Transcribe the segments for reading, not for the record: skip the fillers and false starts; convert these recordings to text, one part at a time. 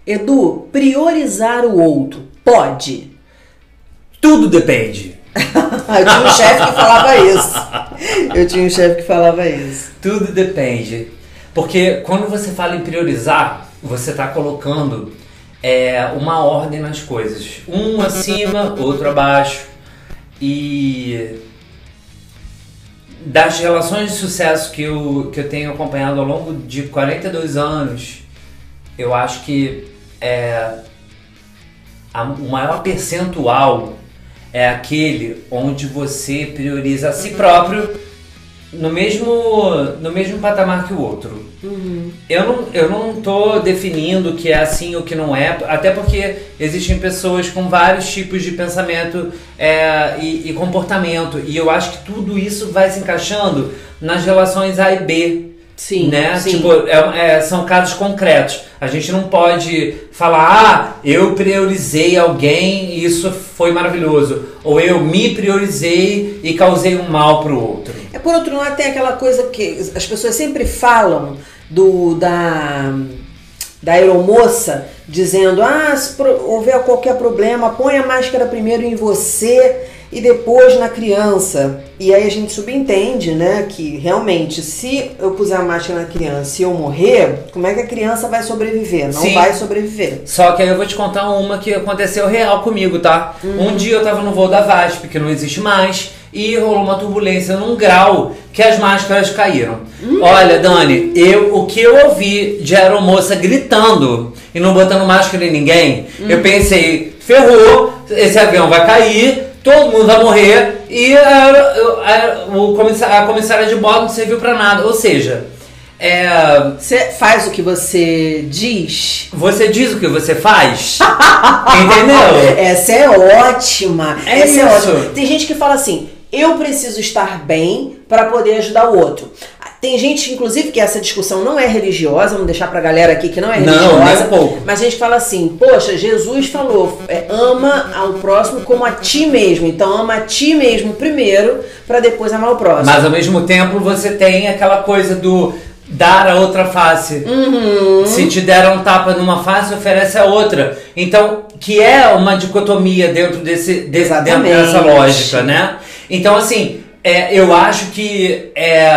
Edu, priorizar o outro, pode? Tudo depende. Eu tinha um chefe que falava isso. Tudo depende. Porque quando você fala em priorizar, você está colocando uma ordem nas coisas. Um acima, outro abaixo. E das relações de sucesso que eu tenho acompanhado ao longo de 42 anos, eu acho que o maior percentual é aquele onde você prioriza a si próprio no mesmo patamar que o outro. Uhum. Eu não tô definindo o que é assim ou o que não é, até porque existem pessoas com vários tipos de pensamento e comportamento, e eu acho que tudo isso vai se encaixando nas relações A e B. Sim, né? sim. Tipo, são casos concretos. A gente não pode falar, eu priorizei alguém e isso foi maravilhoso. Ou eu me priorizei e causei um mal pro outro. Por outro lado, tem aquela coisa que as pessoas sempre falam da aeromoça, dizendo, se houver qualquer problema, põe a máscara primeiro em você e depois na criança. E aí a gente subentende, né, que realmente, se eu puser a máscara na criança e eu morrer, como é que a criança vai sobreviver? Não Sim. vai sobreviver. Só que aí eu vou te contar uma que aconteceu real comigo, tá? Um dia eu tava no voo da VASP, que não existe mais, e rolou uma turbulência num grau que as máscaras caíram. Olha, Dani, o que eu ouvi de aeromoça gritando e não botando máscara em ninguém, eu pensei, ferrou, esse avião vai cair, todo mundo vai morrer e a comissária de bordo não serviu pra nada. Ou seja, você faz o que você diz. Você diz o que você faz. Entendeu? Essa é ótima. Essa é isso. ótima. Tem gente que fala assim, eu preciso estar bem para poder ajudar o outro. Tem gente, inclusive, que essa discussão não é religiosa, vamos deixar pra galera aqui que não é religiosa. Não, nem um pouco. Mas a gente fala assim, poxa, Jesus falou, ama ao próximo como a ti mesmo. Então ama a ti mesmo primeiro, pra depois amar o próximo. Mas ao mesmo tempo você tem aquela coisa do dar a outra face. Se te deram um tapa numa face, oferece a outra. Então, que é uma dicotomia dentro dentro dessa lógica, né? Então, assim, eu acho que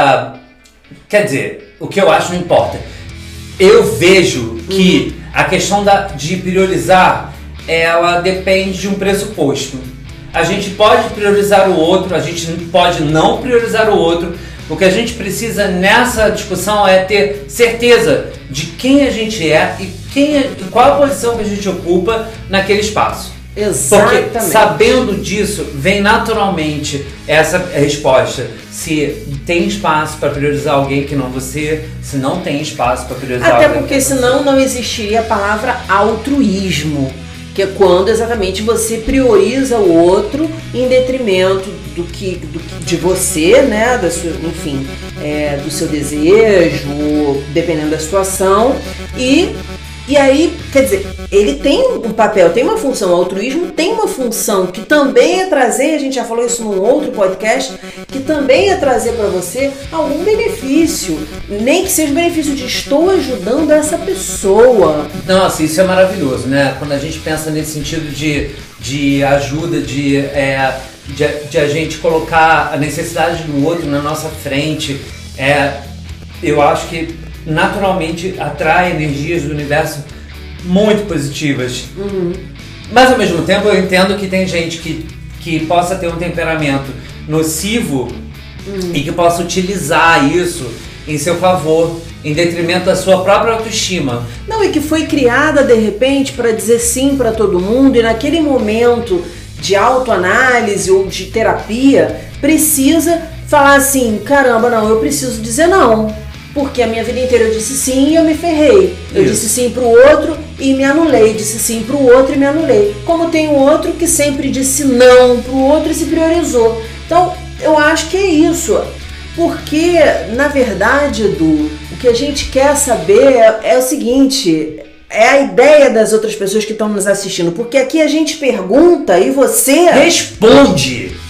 quer dizer, o que eu acho não importa. Eu vejo que a questão de priorizar, ela depende de um pressuposto. A gente pode priorizar o outro, a gente pode não priorizar o outro. O que a gente precisa nessa discussão é ter certeza de quem a gente é e qual a posição que a gente ocupa naquele espaço. Exatamente. Porque sabendo disso, vem naturalmente essa resposta. Se tem espaço para priorizar alguém que não você, se não tem espaço para priorizar alguém. Até porque senão não existiria a palavra altruísmo, que é quando exatamente você prioriza o outro em detrimento de você, né, enfim, do seu desejo, dependendo da situação. E aí, quer dizer, ele tem um papel, tem uma função, o altruísmo tem uma função que também é trazer, a gente já falou isso num outro podcast, que também é trazer para você algum benefício, nem que seja o benefício de estou ajudando essa pessoa. Nossa, isso é maravilhoso, né? Quando a gente pensa nesse sentido de ajuda, de a gente colocar a necessidade do outro na nossa frente, eu acho que naturalmente atrai energias do universo muito positivas. Mas ao mesmo tempo eu entendo que tem gente que possa ter um temperamento nocivo e que possa utilizar isso em seu favor, em detrimento da sua própria autoestima. Não, e que foi criada de repente para dizer sim para todo mundo, e naquele momento de autoanálise ou de terapia precisa falar assim, caramba, não, eu preciso dizer não. Porque a minha vida inteira eu disse sim e eu me ferrei. Eu disse sim pro outro e me anulei. Disse sim pro outro e me anulei. Como tem um outro que sempre disse não pro outro e se priorizou. Então, eu acho que é isso. Porque, na verdade, Edu, o que a gente quer saber é o seguinte... É a ideia das outras pessoas que estão nos assistindo. Porque aqui a gente pergunta e você... responde!